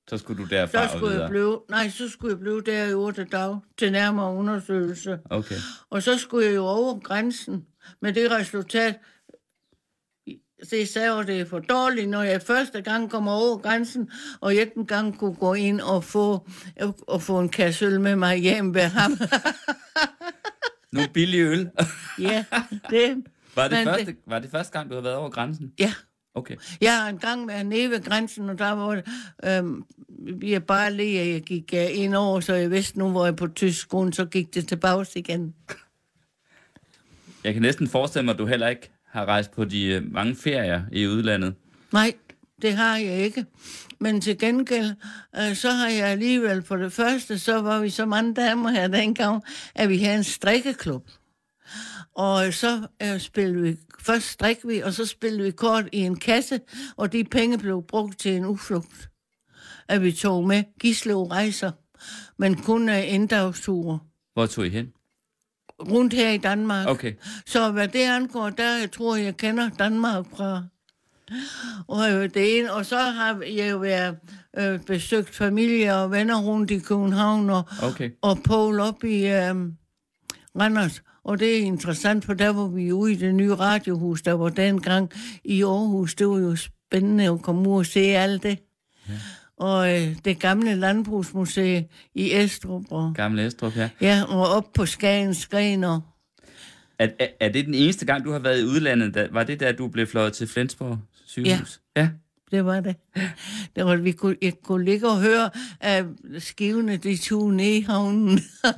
Så skulle du derfra så skulle jeg blive der i 8 dage til nærmere undersøgelse. Okay. Og så skulle jeg jo over grænsen med det resultat. Det sagde jo, det er for dårligt, når jeg første gang kommer over grænsen, og jeg den gang kunne gå ind og få en kasse øl med mig hjem ved ham. Nogle billige øl? Ja, det... Var det første gang, du havde været over grænsen? Ja. Okay. Jeg har engang været nede ved grænsen, og der var jeg bare lige, at jeg gik ind over, så jeg vidste nu, hvor jeg på tysk grund, så gik det tilbage igen. Jeg kan næsten forestille mig, at du heller ikke har rejst på de mange ferier i udlandet. Nej, det har jeg ikke. Men til gengæld, så har jeg alligevel for det første, så var vi så mange damer her dengang, at vi havde en strikkeklub. Og så spillede vi, først strikkede vi, og så spillede vi kort i en kasse, og de penge blev brugt til en udflugt, at vi tog med Gislev rejser, men kun inddagsture. Hvor tog I hen? Rundt her i Danmark. Okay. Så hvad det angår, der jeg tror jeg kender Danmark fra. Og det ene, og så har jeg jo været besøgt familie og venner rundt i København og Poul op i Randers. Og det er interessant, for der var vi ude i det nye radiohus, der var dengang i Aarhus. Det var jo spændende at komme ud og se alt det. Ja. Og det gamle landbrugsmuseum i Estrup. Gamle Estrup, ja. Ja, og op på Skagens Grener. Er det den eneste gang, du har været i udlandet? Var det der, du blev fløjet til Flensborg sygehus? Ja. Det var det. Jeg kunne ligge og høre, at skivene de tog ned i havnen.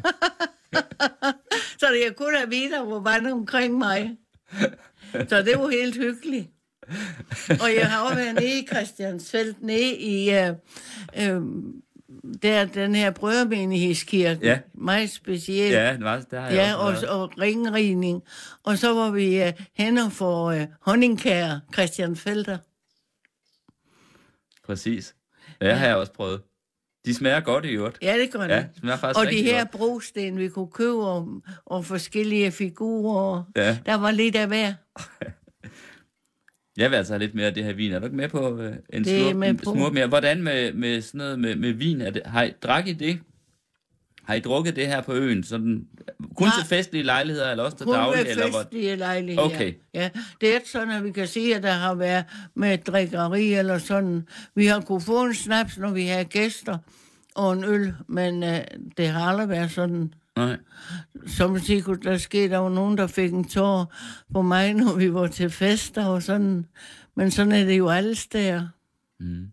Så jeg kunne have vidt, hvor var det omkring mig. Så det var helt hyggeligt. Og jeg har også været nede i Christiansfeld, nede i der den her brødremenighedskirke. Ja. Meget specielt. Ja, der har jeg også og ringridning. Og så var vi henne for honningkær, Christiansfelder. Præcis. Det har jeg også prøvet. De smager godt i øvrigt. Ja, det gør det. Ja, smager faktisk og de her godt. Brosten, vi kunne købe, og forskellige figurer. Ja. Der var lidt af hver. Jeg vil altså have lidt mere af det her vin. Er du ikke med på en smurt mere? Hvordan med sådan noget med vin? Har I drukket det? Har I drukket det her på øen? Sådan, kun til festlige lejligheder, eller også til daglig? Kun til festlige lejligheder. Okay. Ja, det er sådan, at vi kan sige, at der har været med drikkeri eller sådan. Vi har kunnet få en snaps, når vi har gæster, og en øl, men det har aldrig været sådan. Nej. Som siger, der skete, der var nogen, der fik en tår på mig, når vi var til fester og sådan. Men sådan er det jo alle steder. Mm.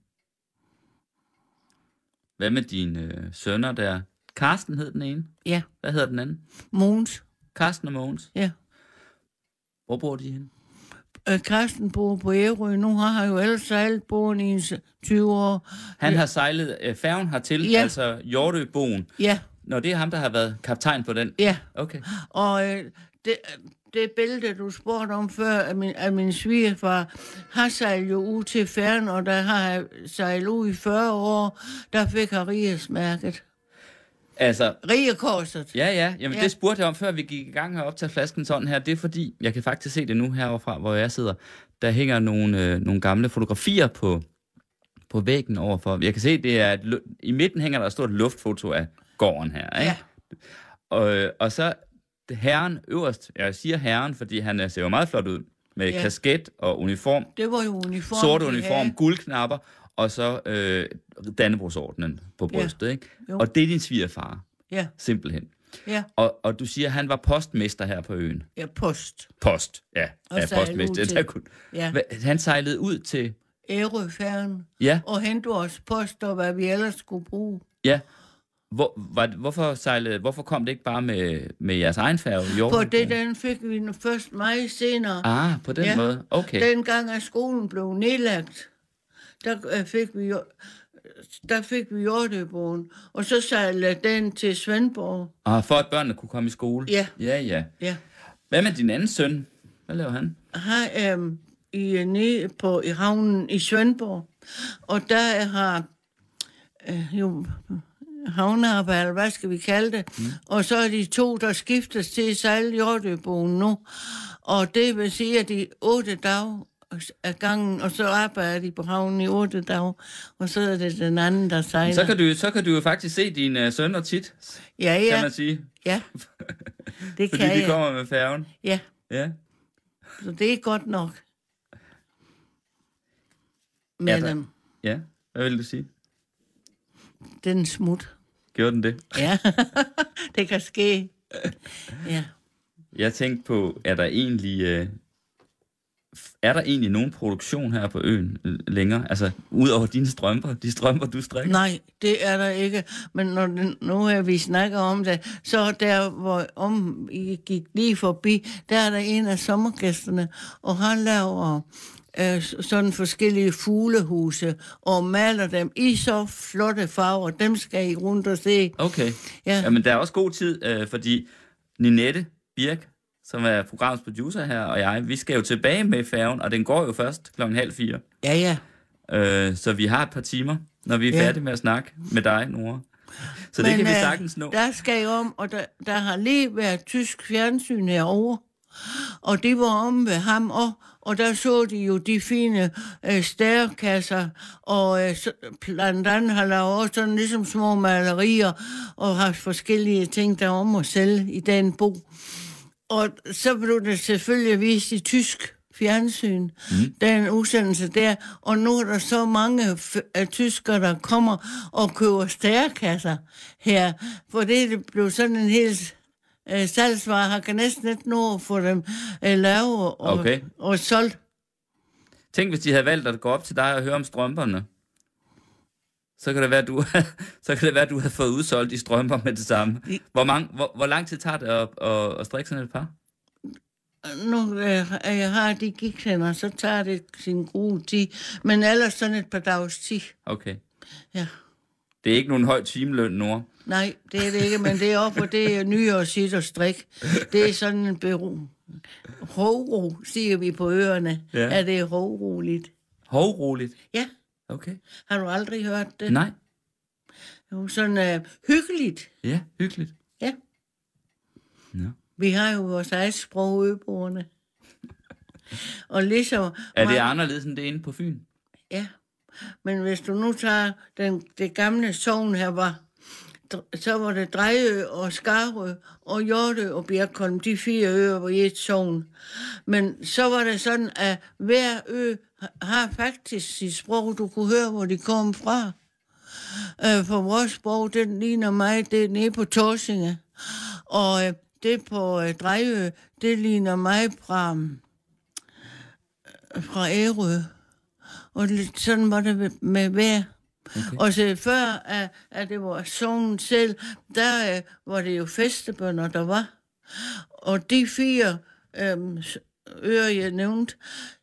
Hvad med dine sønner der? Karsten hed den ene? Ja. Hvad hedder den anden? Mogens. Karsten og Mogens? Ja. Hvor bor de henne? Karsten bor på Ærø. Nu har han jo ellers sejlet boen i 20 år. Han har sejlet færgen hertil, ja. Altså Hjortøboen. Ja. Nå, det er ham, der har været kaptajn på den? Ja. Okay. Og det billede, du spurgte om før, af min svigerfar, har sejlet jo ud til færgen, og der har jeg sejlet ud i 40 år, der fik han Rigesmærket. Altså, Rigekorset. Ja. Jamen, det spurgte jeg om, før vi gik i gang og optage flasken sådan her. Det er fordi, jeg kan faktisk se det nu heroverfra, hvor jeg sidder. Der hænger nogle gamle fotografier på væggen overfor. Jeg kan se, det er i midten hænger der et stort luftfoto af gården her, ikke? Ja. Og så herren øverst. Jeg siger herren, fordi han ser jo meget flot ud. Med kasket og uniform. Det var jo uniform. Sort uniform, guldknapper. Og så Dannebrogsordenen på brystet, ikke? Jo. Og det er din svigerfar. Ja. Simpelthen. Ja. Og du siger, at han var postmester her på øen. Ja, post, ja. Postmester. Han sejlede ud til Ærøfærgen. Ja. Og hentede os post, og hvad vi ellers skulle bruge. Ja. Hvorfor kom det ikke bare med jeres egen færge? På det, den fik vi først meget senere. På den måde. Okay. Dengang, at skolen blev nedlagt, der fik vi Hjortøboen, og så sejlede den til Svendborg. For at børnene kunne komme i skole? Ja. Hvad med din anden søn? Hvad laver han? Han nede i havnen i Svendborg, og der har jo havnearbejder, hvad skal vi kalde det, og så er de 2, der skiftes til at sejle Hjortøboen nu, og det vil sige, at de 8 dage af gangen, og så arbejder de på havnen i 8 dage, og så er det den anden, der sejler. Så kan du jo faktisk se dine sønner tit, kan man sige. Ja, det Fordi kan de jeg. kommer med færgen. Ja, Ja. så det er godt nok med dem. Ja, hvad vil du sige? Den smut. Gjorde den det? Ja, det kan ske. Ja. Jeg tænkte på, er der egentlig nogen produktion her på øen længere? Altså, ud over dine strømper, de strømper, du strikker? Nej, det er der ikke. Men nu her vi snakker om det, så der, hvor I gik lige forbi, der er der en af sommergæsterne, og han laver sådan forskellige fuglehuse, og maler dem i så flotte farver. Dem skal I rundt og se. Okay. Ja. Jamen, der er også god tid, fordi Ninette Birk, som er programmets producer her, og jeg, vi skal jo tilbage med færgen, og den går jo først 3:30. Ja. Så vi har et par timer, når vi er færdige med at snakke med dig, Nora. Så det kan vi sagtens nå. Der skal jeg om, og der har lige været tysk fjernsyn herovre, og det var om ved ham også, og der så de jo de fine stærkasser, og blandt andet har lavet også sådan ligesom små malerier, og haft forskellige ting, der om at sælge i den bog. Og så blev det selvfølgelig vist i tysk fjernsyn, den udsendelse der, og nu er der så mange tyskere, der kommer og køber stærkasser her, for det blev sådan en helt salgsvare, har kan næsten ikke nå at få dem lavet og solgt. Tænk, hvis de havde valgt at gå op til dig og høre om strømperne. Så kan det være, at du havde fået udsolgt de strømper med det samme. Hvor lang tid tager det at strikke sådan et par? Nu jeg har de gigtænder, så tager det sin gode tid. Men ellers sådan et par dags tid. Okay. Ja. Det er ikke nogen høj timeløn, Nora. Nej, det er det ikke, men det er også, for det er nyere sit og strik. Det er sådan en hovro, siger vi på øerne. Ja. Er det hovroligt? Hovroligt? Ja. Okay. Har du aldrig hørt det? Nej. Jo, sådan hyggeligt. Ja, hyggeligt. Ja. Ja. Vi har jo vores eget sprog, øboerne. Og ligesom... Er det anderledes end det inde på Fyn? Ja. Men hvis du nu tager det gamle sogn her, så var det Drejø og Skarø og Hjortø og Birkholm, de 4 øer var i et sogn. Men så var det sådan, at hver ø har faktisk sit sprog, du kunne høre, hvor de kom fra. For vores sprog, det ligner mig, det er nede på Torsinge. Og det på Drejø, det ligner mig fra Ærø. Og sådan var det med hver. Okay. Og så før, at det var sognen selv, der var det jo festebønder, der var. Og de 4 øer, jeg nævnte,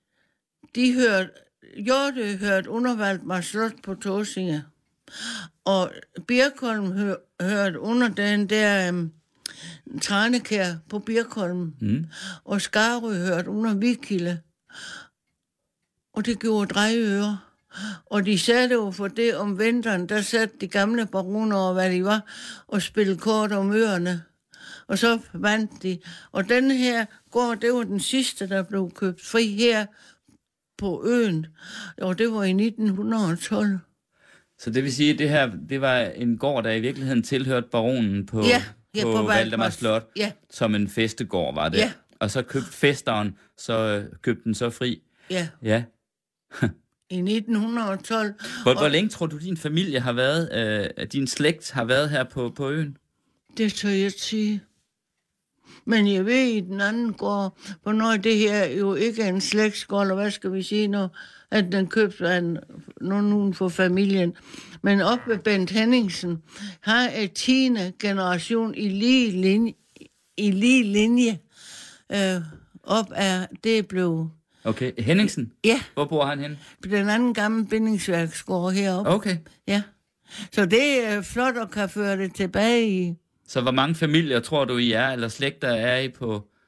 Hjortø hørte under Valdemar Slot på Torsinge. Og Birkholm hørte under den der Tranekær på Birkholm. Og Skarø hørte under Vikilde. Og det gjorde Drejøer. Og de satte jo for det om vinteren, der satte de gamle baroner over, hvad de var, og spillede kort om øerne. Og så vandt de. Og den her gård, det var den sidste, der blev købt fri her på øen. Og det var i 1912. Så det vil sige, at det her, det var en gård, der i virkeligheden tilhørte baronen på Valdemar Slot, som en festegård var det. Ja. Og så købte festeren, så købte den så fri. Ja. Ja. I 1912. Hvor længe tror du, din familie har været, din slægt har været her på øen? Det tør jeg sige. Men jeg ved i den anden gård, hvornår det her jo ikke er en slægtsgård, eller hvad skal vi sige nu, at den købte af nogen for familien. Men op ved Bent Henningsen har et 10. generation i lige linje op af det blev... Okay, Henningsen? Ja. Hvor bor han henne? Den anden gamle bindingsværksgård heroppe. Okay. Ja. Så det er flot at kan føre det tilbage i. Så hvor mange familier tror du, I er, eller slægter er I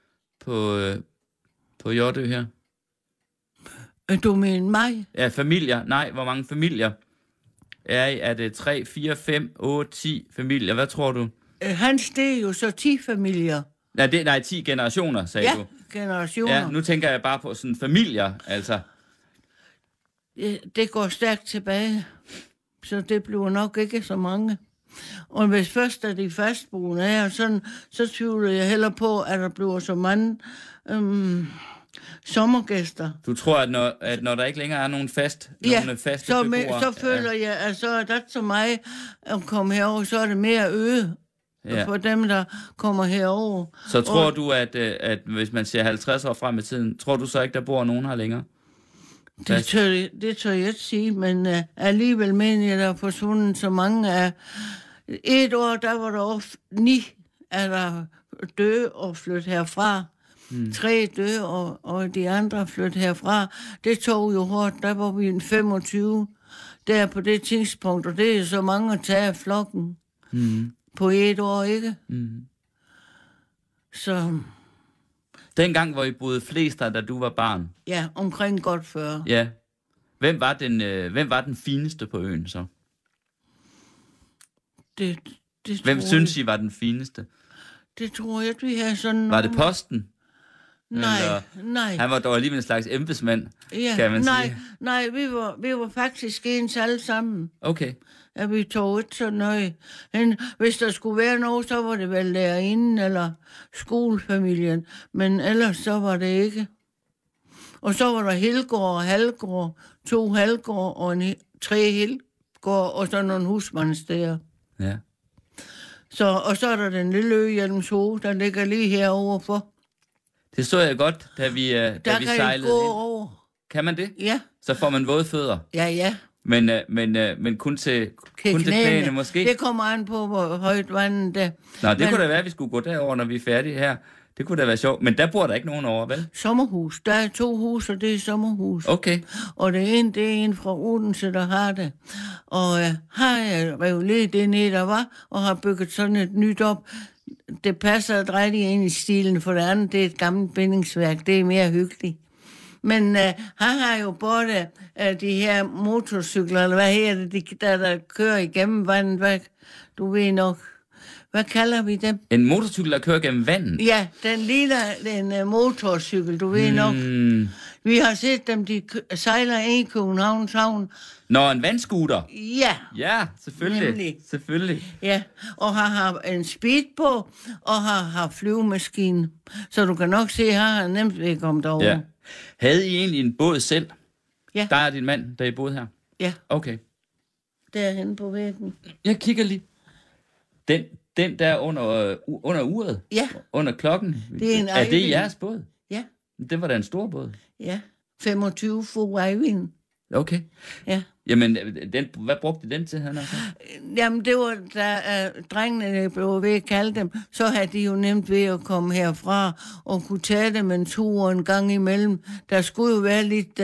på Hjortø her? Du mener mig? Ja, familier. Nej, hvor mange familier er I? Er det 3, 4, 5, 8, 10 familier? Hvad tror du? Hans, det er jo så 10 familier. Nej, 10 generationer, sagde du. generationer. Ja, nu tænker jeg bare på sådan familier, altså. Det går stærkt tilbage, så det bliver nok ikke så mange. Og hvis først er de fastboende her, så tvivler jeg heller på, at der bliver så mange sommergæster. Du tror, at når der ikke længere er nogen faste beboere... så føler jeg, at så er det så mig at komme herover, så er det mere øde for dem, der kommer herover. Så tror du, at hvis man ser 50 år frem i tiden, tror du så ikke, der bor nogen her længere? Det tør jeg ikke sige, men alligevel mener jeg, at der er forsvundet så mange af... Et år, der var der 9, at der døde og flyttede herfra. 3 døde, og de andre flyttede herfra. Det tog jo hårdt. Der var vi en 25 der på det tidspunkt, og det er så mange at tage af flokken på et år, ikke? Så... Dengang, hvor I boede flest der, da du var barn? Ja, omkring godt 40. Ja. Hvem var den fineste på øen så? Hvem synes I var den fineste? Det tror jeg, at vi har sådan... Var det posten? Nej. Han var dog alligevel en slags embedsmand, kan man sige. Nej, vi var faktisk ens alle sammen. Okay. Ja, vi tog ikke så nøje. Hvis der skulle være noget, så var det vel lærerinden eller skolefamilien. Men ellers så var det ikke. Og så var der helgård og halvgård, 2 halvgård og 3 helgård, og så nogle husmandssteder. Ja. Og så er der den lille ø Hjelmshove, der ligger lige herovre for. Det så jeg godt, da vi sejlede der kan gå over. Kan man det? Ja. Så får man våde fødder? Ja. Men kun til knæene måske? Det kommer an på, hvor højt vandet er. Nå, det kunne da være, at vi skulle gå derover, når vi er færdige her. Det kunne da være sjovt. Men der bor der ikke nogen over, vel? Sommerhus. Der er 2 hus, og det er sommerhus. Okay. Og det er en fra Odense, der har det. Og har jeg revet lidt det ned, der var, og har bygget sådan et nyt op. Det passer ret ind i stilen, for det andet, det er et gammelt bindingsværk. Det er mere hyggeligt. Men han har jo både de her motorcykler, eller hvad her det, der kører igennem vandet. Du ved nok, hvad kalder vi dem? En motorcykel, der kører gennem vandet? Ja, den ligner en motorcykel, du ved nok. Vi har set dem, de sejler i Københavns Havn. Nå, en vandscooter? Ja. Ja, selvfølgelig. Ja, og har en speed på, og har flyvemaskine. Så du kan nok se, at har nemt ved at komme derover. Ja. Havde I egentlig en båd selv? Ja. Der er din mand, der I boede her? Ja. Okay. Derhenne på væggen. Jeg kigger lige. Den der under uret? Ja. Under klokken? Det er det jeres båd? Ja. Det var da en stor båd? Ja. 25 fod Eivind. Okay. Ja. Jamen, hvad brugte den til, han altså? Jamen, det var, da drengene blev ved at kalde dem, så havde de jo nemt ved at komme herfra og kunne tage dem en tur en gang imellem. Der skulle jo være lidt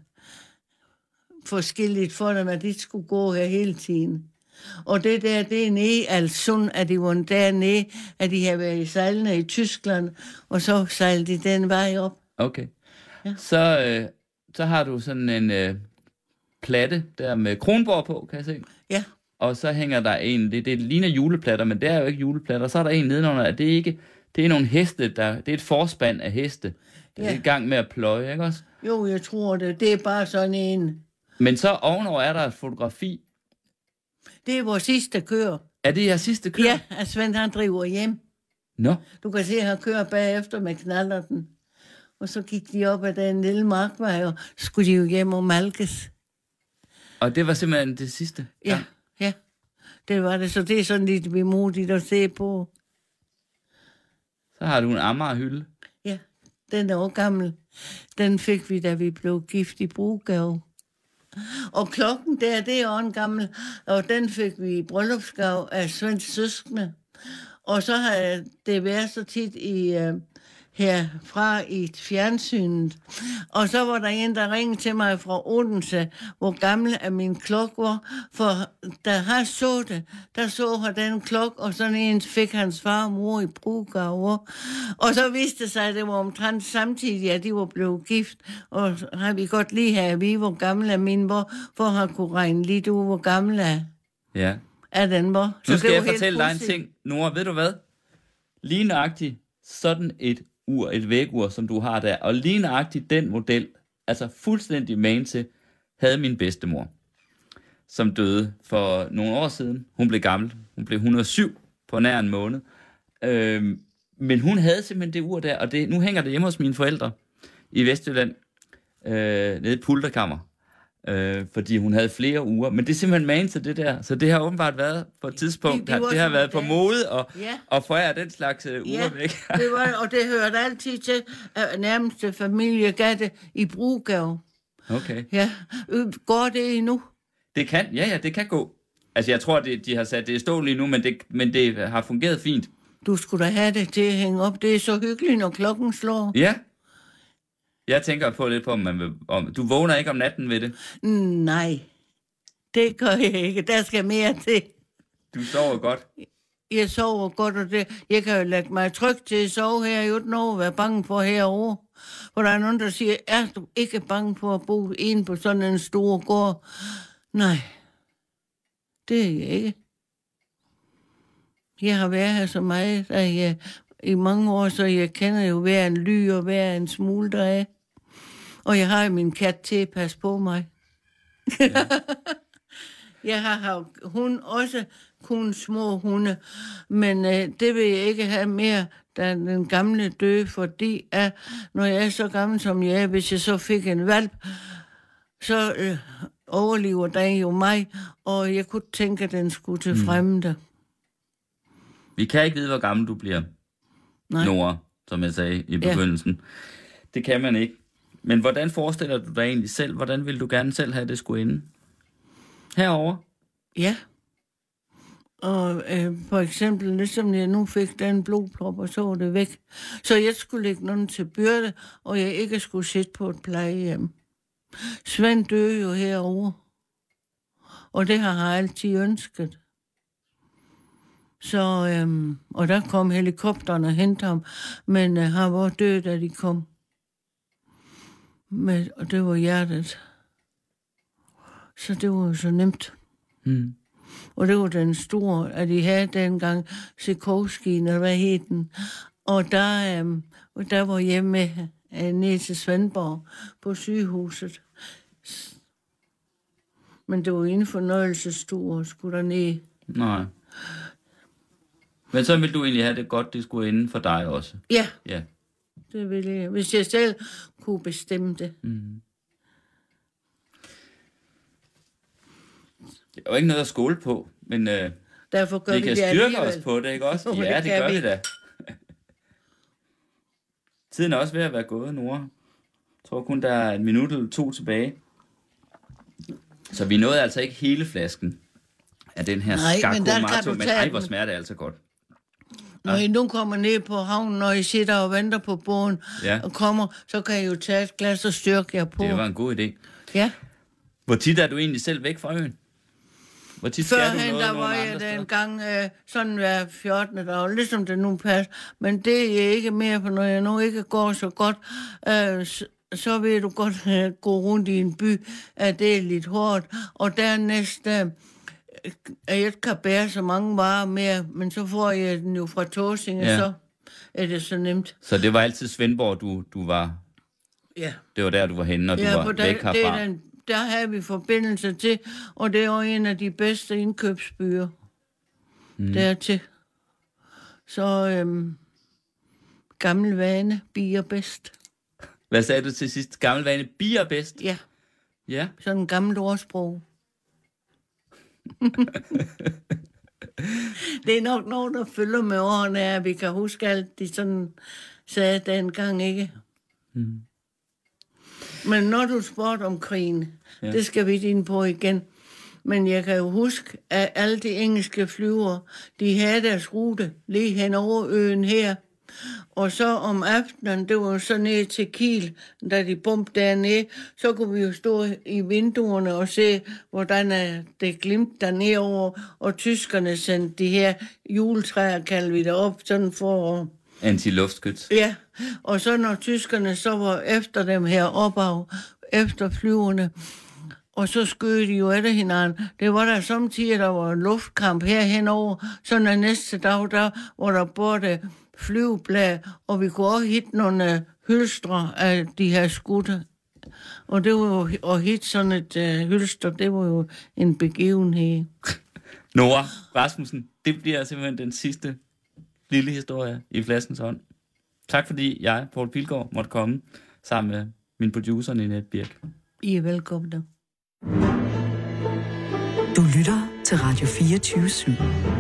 forskelligt for dem, at de skulle gå her hele tiden. Og det er nede i Alsund, at de var dernede, at de havde været sejlende i Tyskland, og så sejlede de den vej op. Okay. Ja. Så har du sådan en platte der med Kronborg på, kan jeg se. Ja. Og så hænger der en, det ligner juleplatter, men det er jo ikke juleplatter. Så er der en nedenunder, det er nogle heste, det er et forspand af heste, der er i gang med at pløje, ikke også? Jo, jeg tror det. Det er bare sådan en... Men så ovenover er der et fotografi. Det er vores sidste kører. Er det jeres sidste kører? Ja, at Svend han driver hjem. Nå. Du kan se, at han kører bagefter med knallerten. Og så gik de op ad den lille markvej, og skulle de jo hjem og malkes. Og det var simpelthen det sidste? Ja. Det var det. Så det er sådan lidt vemodigt at se på. Så har du en Amager-hylde. Ja, den er også gammel. Den fik vi, da vi blev gift i brugave. Og klokken der, det er også en gammel, og den fik vi i bryllupsgave af Svends søskende. Og så har det været så tit herfra i fjernsynet. Og så var der en, der ringede til mig fra Odense, hvor gammel er min klokke var. For da han så det, der så han den klokke, og sådan en fik hans far og mor i brugave. Og så viste det sig, at det var omtrent samtidig, at de var blevet gift. Og har vi godt lige her at vide, hvor gammel er min var, for han kunne regne lidt ud, hvor gammel er den var. Så nu skal jeg fortælle dig en ting, Nora. Ved du hvad? Lige nøjagtigt sådan et ur, et vægur, som du har der. Og lige nøjagtigt den model, altså fuldstændig magen til, havde min bedstemor, som døde for nogle år siden. Hun blev gammel. Hun blev 107 på nær en måned. Men hun havde simpelthen det ur der, og nu hænger det hjemme hos mine forældre i Vestjylland, nede i Pulterkammer. Fordi hun havde flere uger. Men det er simpelthen magen til det der. Så det har åbenbart været på et tidspunkt, det har været på mode og forære den slags uger væk. Det var, og det hørte altid til, at nærmeste familie gav det i bruggave. Okay. Ja, går det endnu? Det kan, det kan gå. Altså, jeg tror, de har sat det i stå lige nu, men det har fungeret fint. Du skulle da have det til at hænge op. Det er så hyggeligt, når klokken slår. Ja. Jeg tænker på lidt på, om du vågner ikke om natten ved det? Nej, det gør jeg ikke. Der skal mere til. Du sover godt? Jeg sover godt, og jeg kan jo lægge mig trygt til at sove her, uden at være bange for herovre. For der er nogen, der siger, er du ikke bange for at bo inde på sådan en stor gård? Nej, det er jeg ikke. Jeg har været her så meget, at jeg i mange år, så jeg kender jo hver en ly og hver en smule deraf. Og jeg har jo min kat til at passe på mig. Ja. Jeg har også kun små hunde, men det vil jeg ikke have mere, da den gamle døde, fordi når jeg er så gammel som jeg er, hvis jeg så fik en valp, så overlever den jo mig, og jeg kunne tænke, at den skulle til fremmede. Vi kan ikke vide, hvor gammel du bliver, Nora, som jeg sagde i begyndelsen. Ja. Det kan man ikke. Men hvordan forestiller du dig egentlig selv? Hvordan vil du gerne selv have det skulle ende? Herover? Ja. Og for eksempel, ligesom jeg nu fik den blodprop, og så var det væk. Så jeg skulle lægge nogen til byrde, og jeg ikke skulle sidde på et plejehjem. Svend døde jo herovre. Og det har jeg altid ønsket. Så, og der kom helikopterne og hentede ham, men han var død, da de kom. Og det var hjertet. Så det var jo så nemt. Mm. Og det var den store, at de havde dengang Sikorskien, eller hvad hed den. Og der var hjemme ned til Svendborg på sygehuset. Men det var ingen fornøjelsesstue, skulle der ned. Nej. Men så ville du egentlig have det godt, det skulle ende for dig også? Ja. Det ville jeg. Hvis jeg selv kunne bestemme det. Mm. Det er jo ikke noget at skåle på, men derfor gør vi kan styrke os på det, ikke også? Ja, det gør vi da. Tiden er også ved at være gået, Nora. Jeg tror kun, der er 1 minut eller 2 tilbage. Så vi nåede altså ikke hele flasken af den her Scarco-Mato, men ej, hvor smager det altså godt. Når I nu kommer ned på havnen, når I sidder og venter på båden og kommer, så kan I jo tage et glas og styrke jer på. Det var en god idé. Ja. Hvor tit er du egentlig selv væk fra øen? Hvor tit førhen, der var jeg da en gang sådan hver 14. dag, ligesom det nu passer. Men det er ikke mere, for når jeg nu ikke går så godt, så vil du godt gå rundt i en by, at det er lidt hårdt. Og dernæst, at jeg ikke kan bære så mange varer mere, men så får jeg den jo fra Tåsinge, så er det så nemt. Så det var altid Svendborg, du var? Ja. Det var der, du var henne, når du var væk herfra? Der havde vi forbindelse til, og det er jo en af de bedste indkøbsbyer dertil. Så gammel vane, bier bedst. Hvad sagde du til sidst? Gammel vane, bier bedst? Ja. Ja. Sådan en gammel ordsprog. Det er nok noget, der følger med årene, at vi kan huske alt, de sådan sagde dengang, ikke? Mm. Men når du spurgte om krigen, det skal vi ind på igen. Men jeg kan jo huske, at alle de engelske flyvere, de havde deres rute lige hen over øen her. Og så om aftenen, det var så ned til Kiel, da de bombede dernede, så kunne vi jo stå i vinduerne og se, hvordan det glimte dernede over, og tyskerne sendte de her juletræer, kalder vi det op, sådan for antiluftskyts. Ja, og så når tyskerne så var efter dem her opad, efter flyverne, og så skød de jo efter hinanden. Det var der samtidig, der var en luftkamp her henover, så når næste dag, der var der både flyveblad, og vi kunne også hitte nogle hylstre af de her skutter. Og det var jo, at hitte sådan et hylster, det var jo en begivenhed. Nora Rasmussen, det bliver simpelthen den sidste lille historie i Flaskens Hånd. Tak fordi jeg, Poul Pilgaard, måtte komme sammen med min producer, Ninette Birk. I er velkomne. Du lytter til Radio 24/7.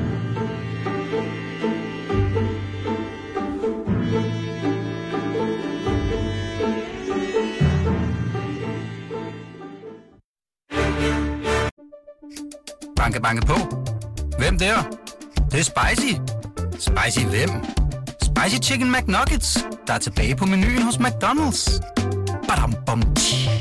Banke, banke på. Hvem der? Det er spicy. Spicy hvem? Spicy Chicken McNuggets, der er tilbage på menuen hos McDonald's. Badum, bom, tji.